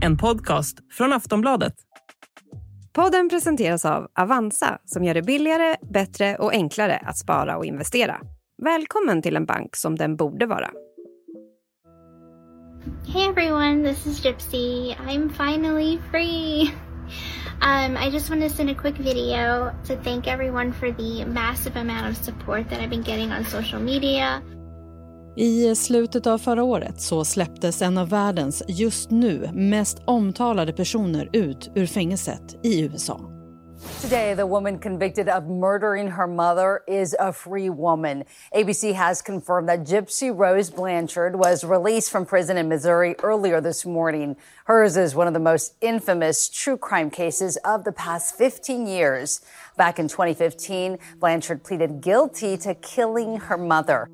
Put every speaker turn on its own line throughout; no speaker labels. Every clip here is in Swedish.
en podcast från Aftonbladet.
Podden presenteras av Avanza som gör det billigare, bättre och enklare att spara och investera. Välkommen till en bank som den borde vara.
Hey everyone, this is Gypsy. I'm finally free. I just want to send a quick video to thank everyone for the massive amount of support that I've been getting on social media.
I slutet av förra året så släpptes en av världens just nu mest omtalade personer ut ur fängelset i USA.
Today, the woman convicted of murdering her mother is a free woman. ABC has confirmed that Gypsy Rose Blanchard was released from prison in Missouri earlier this morning. Hers is one of the most infamous true crime cases of the past 15 years. Back in 2015, Blanchard pleaded guilty to killing her mother.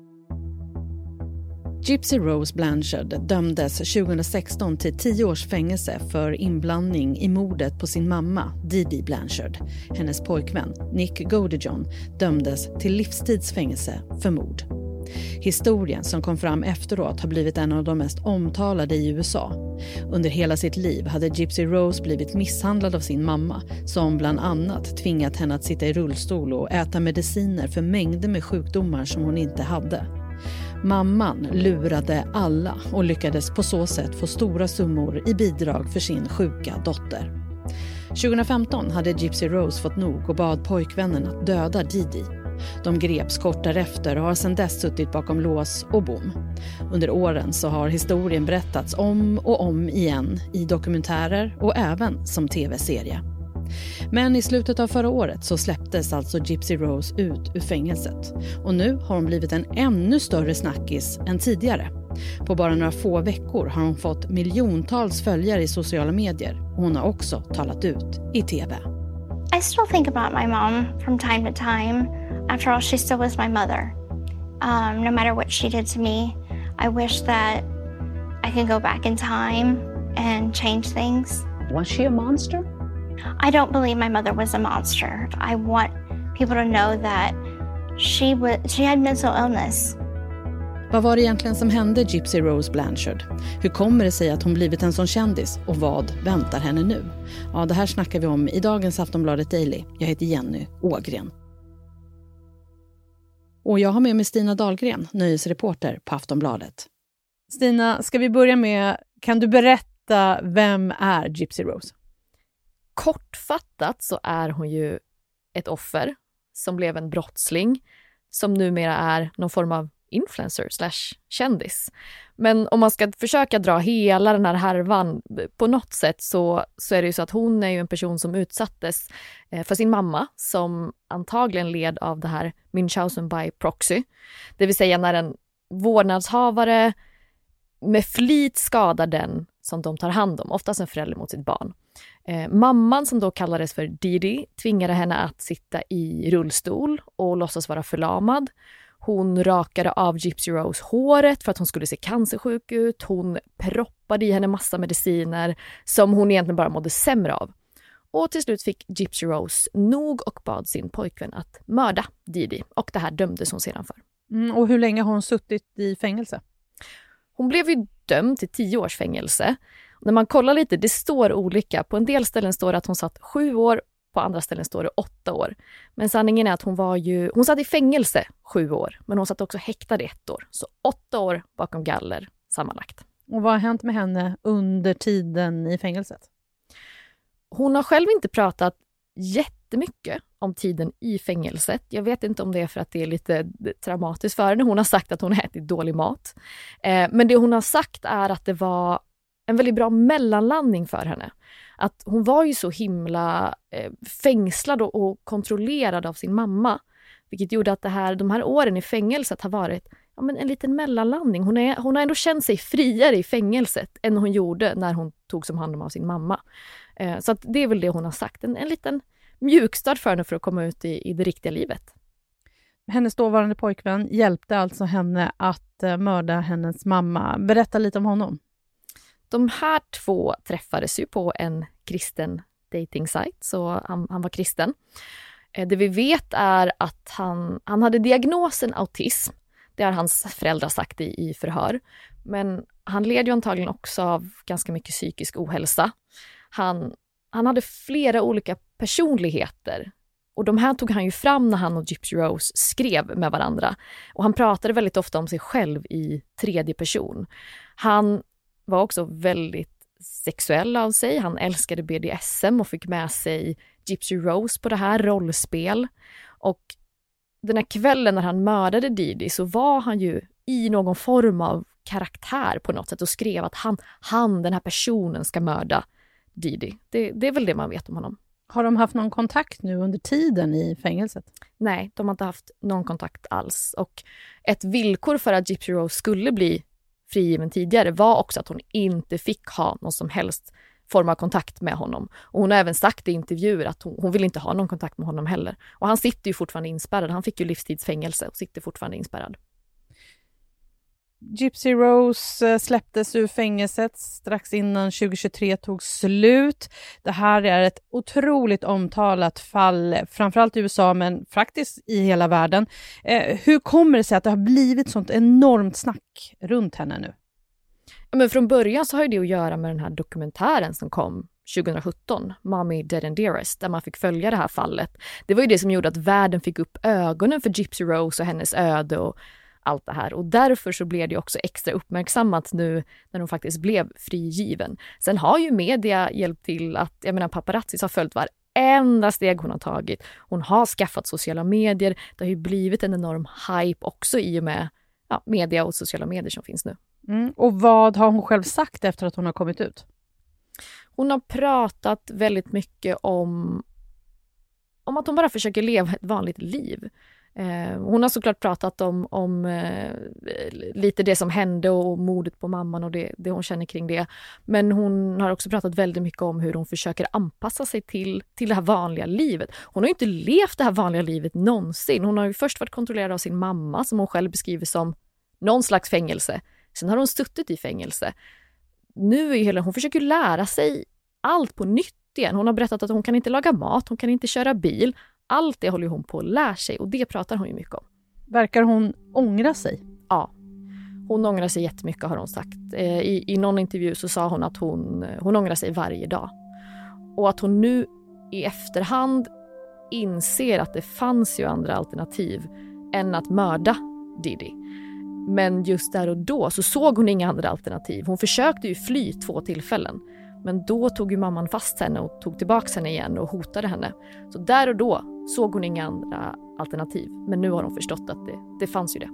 Gypsy Rose Blanchard dömdes 2016 till 10 års fängelse för inblandning i mordet på sin mamma, Dee Dee Blanchard. Hennes pojkvän, Nick Godejohn, dömdes till livstidsfängelse för mord. Historien som kom fram efteråt har blivit en av de mest omtalade i USA. Under hela sitt liv hade Gypsy Rose blivit misshandlad av sin mamma, som bland annat tvingat henne att sitta i rullstol och äta mediciner för mängder med sjukdomar som hon inte hade. Mamman lurade alla och lyckades på så sätt få stora summor i bidrag för sin sjuka dotter. 2015 hade Gypsy Rose fått nog och bad pojkvännen att döda Dee Dee. De greps kort därefter och har sedan dess suttit bakom lås och bom. Under åren så har historien berättats om och om igen i dokumentärer och även som tv-serie. Men i slutet av förra året så släpptes alltså Gypsy Rose ut ur fängelset. Och nu har hon blivit en ännu större snackis än tidigare. På bara några få veckor har hon fått miljontals följare i sociala medier. Och hon har också talat ut i tv.
I still think about my mom from time to time. After all, she still was my mother. No matter what she did to me, I wish that I could go back in time and change things.
Was she a monster?
I don't believe my mother was a monster. I want people to know that she had mental illness.
Vad var det egentligen som hände Gypsy Rose Blanchard? Hur kommer det sig att hon blivit en sån kändis och vad väntar henne nu? Ja, det här snackar vi om i dagens Aftonbladet Daily. Jag heter Jenny Ågren. Och jag har med mig Stina Dahlgren, nöjesreporter på Aftonbladet. Stina, ska vi börja med, kan du berätta vem är Gypsy Rose?
Kortfattat så är hon ju ett offer som blev en brottsling som numera är någon form av influencer/kändis. Men om man ska försöka dra hela den här härvan på något sätt så är det ju så att hon är ju en person som utsattes för sin mamma som antagligen led av det här Munchausen by proxy. Det vill säga när en vårdnadshavare med flit skadar den som de tar hand om, oftast en förälder mot sitt barn. Mamman som då kallades för Dee Dee tvingade henne att sitta i rullstol och låtsas vara förlamad. Hon rakade av Gypsy Rose håret för att hon skulle se cancersjuk ut. Hon proppade i henne massa mediciner som hon egentligen bara mådde sämre av. Och till slut fick Gypsy Rose nog och bad sin pojkvän att mörda Dee Dee. Och det här dömdes hon sedan för.
Och hur länge har hon suttit i fängelse?
Hon blev ju dömd till 10 års fängelse. När man kollar lite, det står olika. På en del ställen står det att hon satt 7 år, på andra ställen står det 8 år. Men sanningen är att hon satt i fängelse 7 år, men hon satt också häktad 1 år. Så 8 år bakom galler sammanlagt.
Och vad har hänt med henne under tiden i fängelset?
Hon har själv inte pratat jättemycket om tiden i fängelset. Jag vet inte om det är för att det är lite traumatiskt för henne. Hon har sagt att hon har ätit dålig mat. Men det hon har sagt är att det var en väldigt bra mellanlandning för henne. Att hon var ju så himla fängslad och kontrollerad av sin mamma. Vilket gjorde att de här åren i fängelset har varit en liten mellanlandning. Hon har ändå känt sig friare i fängelset än hon gjorde när hon tog som hand om av sin mamma. Så att det är väl det hon har sagt. En liten mjukstart för henne för att komma ut i det riktiga livet.
Hennes dåvarande pojkvän hjälpte alltså henne att mörda hennes mamma. Berätta lite om honom.
De här 2 träffades ju på en kristen dating-sajt, så han var kristen. Det vi vet är att han hade diagnosen autism. Det har hans föräldrar sagt i förhör. Men Han led ju antagligen också av ganska mycket psykisk ohälsa. Han hade flera olika personligheter. Och de här tog han ju fram när han och Gypsy Rose skrev med varandra. Och han pratade väldigt ofta om sig själv i tredje person. Han var också väldigt sexuell av sig. Han älskade BDSM och fick med sig Gypsy Rose på det här rollspel. Och den här kvällen när han mördade Dee Dee så var han ju i någon form av karaktär på något sätt och skrev att den här personen ska mörda Dee Dee. Det är väl det man vet om honom.
Har de haft någon kontakt nu under tiden i fängelset?
Nej, de har inte haft någon kontakt alls. Och ett villkor för att Gypsy Rose skulle bli frigiven tidigare var också att hon inte fick ha någon som helst form av kontakt med honom. Och hon har även sagt i intervjuer att hon vill inte ha någon kontakt med honom heller. Och han sitter ju fortfarande inspärrad. Han fick ju livstidsfängelse och sitter fortfarande inspärrad.
Gypsy Rose släpptes ur fängelset strax innan 2023 tog slut. Det här är ett otroligt omtalat fall, framförallt i USA men faktiskt i hela världen. Hur kommer det sig att det har blivit sånt enormt snack runt henne nu?
Men från början så har det att göra med den här dokumentären som kom 2017, Mommy Dead and Dearest, där man fick följa det här fallet. Det var ju det som gjorde att världen fick upp ögonen för Gypsy Rose och hennes öde och allt det här. Och därför så blev det också extra uppmärksammat nu när hon faktiskt blev frigiven. Sen har ju media hjälpt till att, paparazzis har följt varenda steg hon har tagit. Hon har skaffat sociala medier. Det har ju blivit en enorm hype också i och med media och sociala medier som finns nu.
Och vad har hon själv sagt efter att hon har kommit ut?
Hon har pratat väldigt mycket om att hon bara försöker leva ett vanligt liv. Hon har såklart pratat om lite det som hände och mordet på mamman och det hon känner kring det. Men hon har också pratat väldigt mycket om hur hon försöker anpassa sig till det här vanliga livet. Hon har ju inte levt det här vanliga livet någonsin. Hon har ju först varit kontrollerad av sin mamma som hon själv beskriver som någon slags fängelse. Sen har hon suttit i fängelse. Nu hon försöker lära sig allt på nytt igen. Hon har berättat att hon kan inte laga mat, hon kan inte köra bil. Allt det håller hon på att lära sig och det pratar hon ju mycket om.
Verkar hon ångra sig?
Ja, hon ångrar sig jättemycket har hon sagt. I någon intervju så sa hon att hon ångrar sig varje dag. Och att hon nu i efterhand inser att det fanns ju andra alternativ än att mörda Dee Dee. Men just där och då så såg hon inga andra alternativ. Hon försökte ju fly 2 tillfällen. Men då tog ju mamman fast henne och tog tillbaka henne igen och hotade henne. Så där och då såg hon inga andra alternativ. Men nu har hon förstått att det fanns ju det.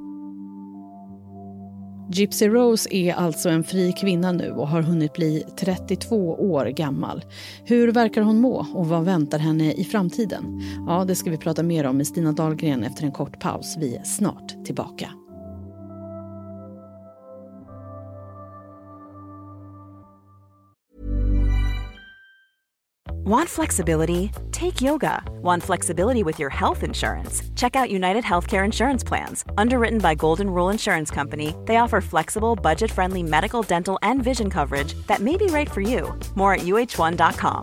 Gypsy Rose är alltså en fri kvinna nu och har hunnit bli 32 år gammal. Hur verkar hon må och vad väntar henne i framtiden? Ja, det ska vi prata mer om med Stina Dahlgren efter en kort paus. Vi är snart tillbaka.
Want flexibility? Take yoga. Want flexibility with your health insurance? Check out United Healthcare Insurance Plans. Underwritten by Golden Rule Insurance Company, they offer flexible, budget-friendly medical, dental, and vision coverage that may be right for you. More at uh1.com.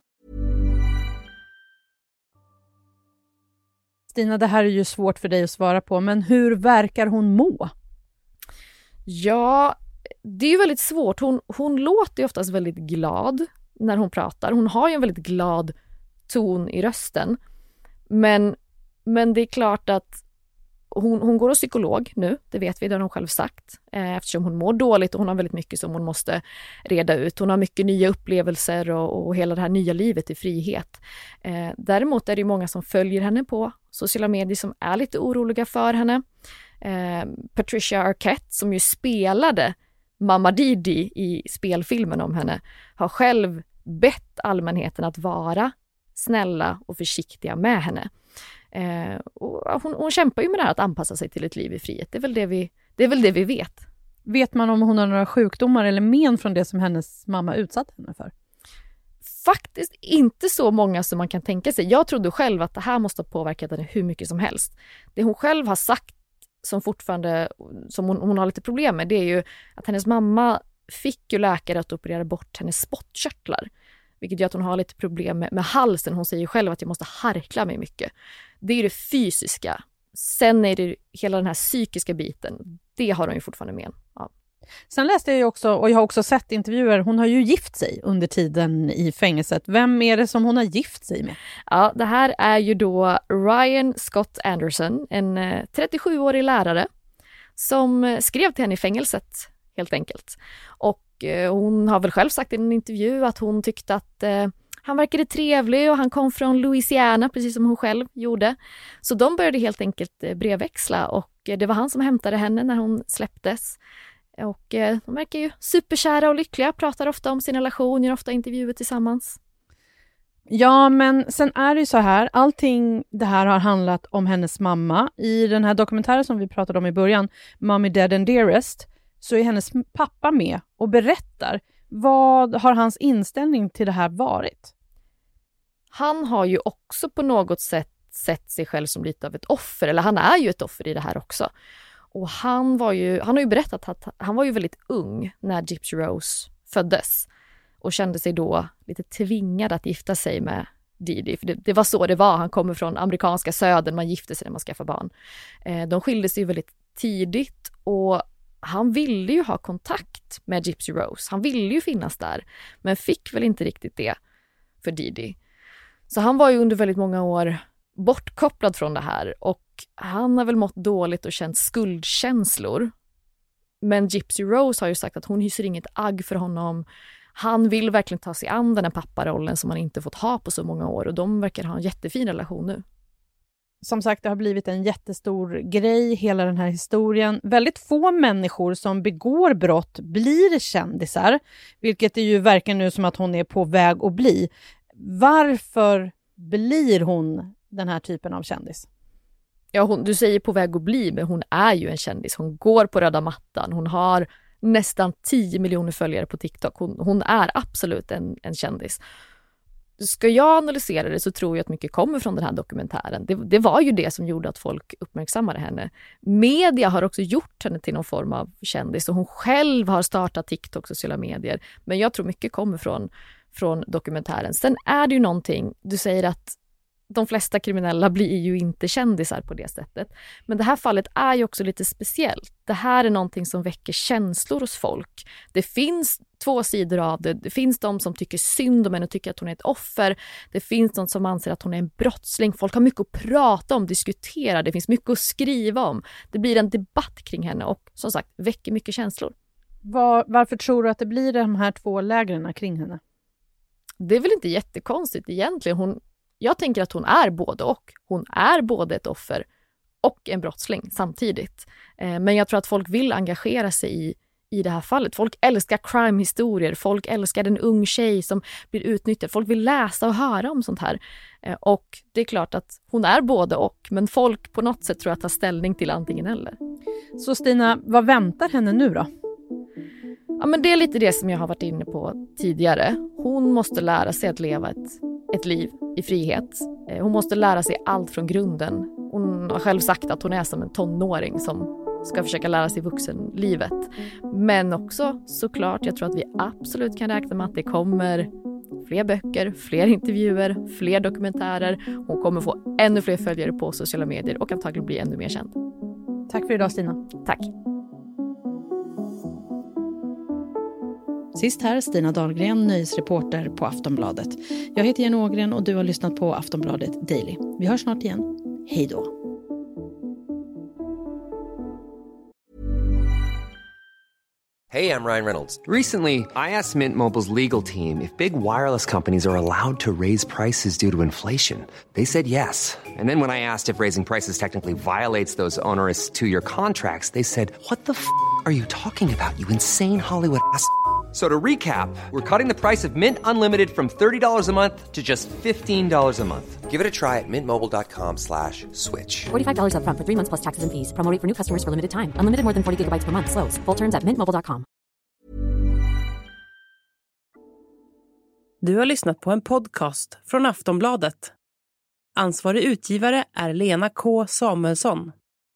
Stina, det här är ju svårt för dig att svara på, men hur verkar hon må?
Ja, det är ju väldigt svårt. Hon låter ju oftast väldigt glad när hon pratar. Hon har ju en väldigt glad ton i rösten. Men det är klart att hon går hos psykolog nu, det vet vi, det har hon själv sagt. Eftersom hon mår dåligt och hon har väldigt mycket som hon måste reda ut. Hon har mycket nya upplevelser och hela det här nya livet i frihet. Däremot är det många som följer henne på sociala medier som är lite oroliga för henne. Patricia Arquette, som ju spelade Mamma Dee Dee i spelfilmen om henne, har själv bett allmänheten att vara snälla och försiktiga med henne. Och hon kämpar ju med det här att anpassa sig till ett liv i frihet. Det är väl det vi vet.
Vet man om hon har några sjukdomar eller men från det som hennes mamma utsatt henne för?
Faktiskt inte så många som man kan tänka sig. Jag trodde själv att det här måste ha påverkat henne hur mycket som helst. Det hon själv har sagt som hon har lite problem med, det är ju att hennes mamma fick ju läkare att operera bort hennes spottkörtlar. Vilket gör att hon har lite problem med halsen. Hon säger själv att jag måste harkla mig mycket. Det är det fysiska. Sen är det hela den här psykiska biten. Det har hon ju fortfarande med. Ja.
Sen läste jag ju också, och jag har också sett intervjuer, hon har ju gift sig under tiden i fängelset. Vem är det som hon har gift sig med?
Ja, det här är ju då Ryan Scott Anderson, en 37-årig lärare som skrev till henne i fängelset helt enkelt. Och hon har väl själv sagt i en intervju att hon tyckte att han verkade trevlig och han kom från Louisiana precis som hon själv gjorde. Så de började helt enkelt brevväxla och det var han som hämtade henne när hon släpptes. Och de verkar ju superkära och lyckliga, pratar ofta om sin relation, gör ofta intervjuer tillsammans.
Ja, men sen är det ju så här, allting det här har handlat om hennes mamma. I den här dokumentären som vi pratade om i början, Mommy Dead and Dearest, så är hennes pappa med och berättar. Vad har hans inställning till det här varit? Han har ju också på något sätt sett sig själv som lite av ett offer, eller han är ju ett offer i det här också. Och han har ju berättat att han var ju väldigt ung när Gypsy Rose föddes och kände sig då lite tvingad att gifta sig med Didi. För det var så det var. Han kommer från amerikanska södern, man gifte sig när man skaffar barn. De skilde sig ju väldigt tidigt och han ville ju ha kontakt med Gypsy Rose. Han ville ju finnas där, men fick väl inte riktigt det för Didi. Så han var ju under väldigt många år bortkopplad från det här och han har väl mått dåligt och känt skuldkänslor. Men Gypsy Rose har ju sagt att hon hyser inget agg för honom. Han vill verkligen ta sig an den här papparollen som han inte fått ha på så många år och de verkar ha en jättefin relation nu. Som sagt, det har blivit en jättestor grej, hela den här historien. Väldigt få människor som begår brott blir kändisar, vilket är ju verkar nu som att hon är på väg att bli. Varför blir hon den här typen av kändis?
Ja, du säger på väg att bli, men hon är ju en kändis. Hon går på röda mattan. Hon har nästan 10 miljoner följare på TikTok. Hon är absolut en kändis. Ska jag analysera det så tror jag att mycket kommer från den här dokumentären. Det var ju det som gjorde att folk uppmärksammade henne. Media har också gjort henne till någon form av kändis och hon själv har startat TikTok, sociala medier. Men jag tror mycket kommer från dokumentären. Sen är det ju någonting, du säger att de flesta kriminella blir ju inte kändisar på det sättet. Men det här fallet är ju också lite speciellt. Det här är någonting som väcker känslor hos folk. Det finns två sidor av det. Det finns de som tycker synd om henne och tycker att hon är ett offer. Det finns de som anser att hon är en brottsling. Folk har mycket att prata om, diskutera. Det finns mycket att skriva om. Det blir en debatt kring henne och som sagt väcker mycket känslor.
Varför tror du att det blir de här två lägren kring henne?
Det är väl inte jättekonstigt egentligen. Jag tänker att hon är både och. Hon är både ett offer och en brottsling samtidigt. Men jag tror att folk vill engagera sig i det här fallet. Folk älskar crime-historier. Folk älskar en ung tjej som blir utnyttjad. Folk vill läsa och höra om sånt här. Och det är klart att hon är både och. Men folk på något sätt tror jag tar ställning till antingen eller.
Så Stina, vad väntar henne nu då?
Ja, men det är lite det som jag har varit inne på tidigare. Hon måste lära sig att leva ett liv i frihet. Hon måste lära sig allt från grunden. Hon har själv sagt att hon är som en tonåring som ska försöka lära sig vuxenlivet. Men också såklart, jag tror att vi absolut kan räkna med att det kommer fler böcker, fler intervjuer, fler dokumentärer. Hon kommer få ännu fler följare på sociala medier och antagligen bli ännu mer känd.
Tack för idag, Stina.
Tack.
Sist här Stina Dahlgren, nöjesreporter på Aftonbladet. Jag heter Jenny Ågren och du har lyssnat på Aftonbladet Daily. Vi hörs snart igen. Hej då!
Hey, I'm Ryan Reynolds. Recently, I asked Mint Mobile's legal team if big wireless companies are allowed to raise prices due to inflation. They said yes. And then when I asked if raising prices technically violates those onerous two-year contracts, they said, "What the f*** are you talking about, you insane Hollywood ass?" So to recap, we're cutting the price of Mint Unlimited from $30 a month to just $15 a month. Give it a try at mintmobile.com/switch.
$45 up front for 3 months plus taxes and fees. Promo rate for new customers for limited time. Unlimited more than 40 gigabytes per month. Slows full terms at mintmobile.com.
Du har lyssnat på en podcast från Aftonbladet. Ansvarig utgivare är Lena K. Samuelsson.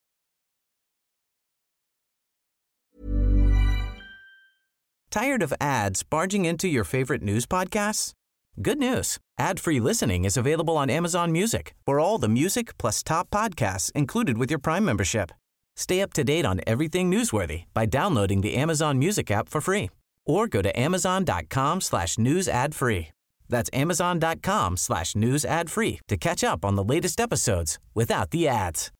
Tired of ads barging into your favorite news podcasts? Good news. Ad-free listening is available on Amazon Music for all the music plus top podcasts included with your Prime membership. Stay up to date on everything newsworthy by downloading the Amazon Music app for free or go to amazon.com/news ad free. That's amazon.com/news ad free to catch up on the latest episodes without the ads.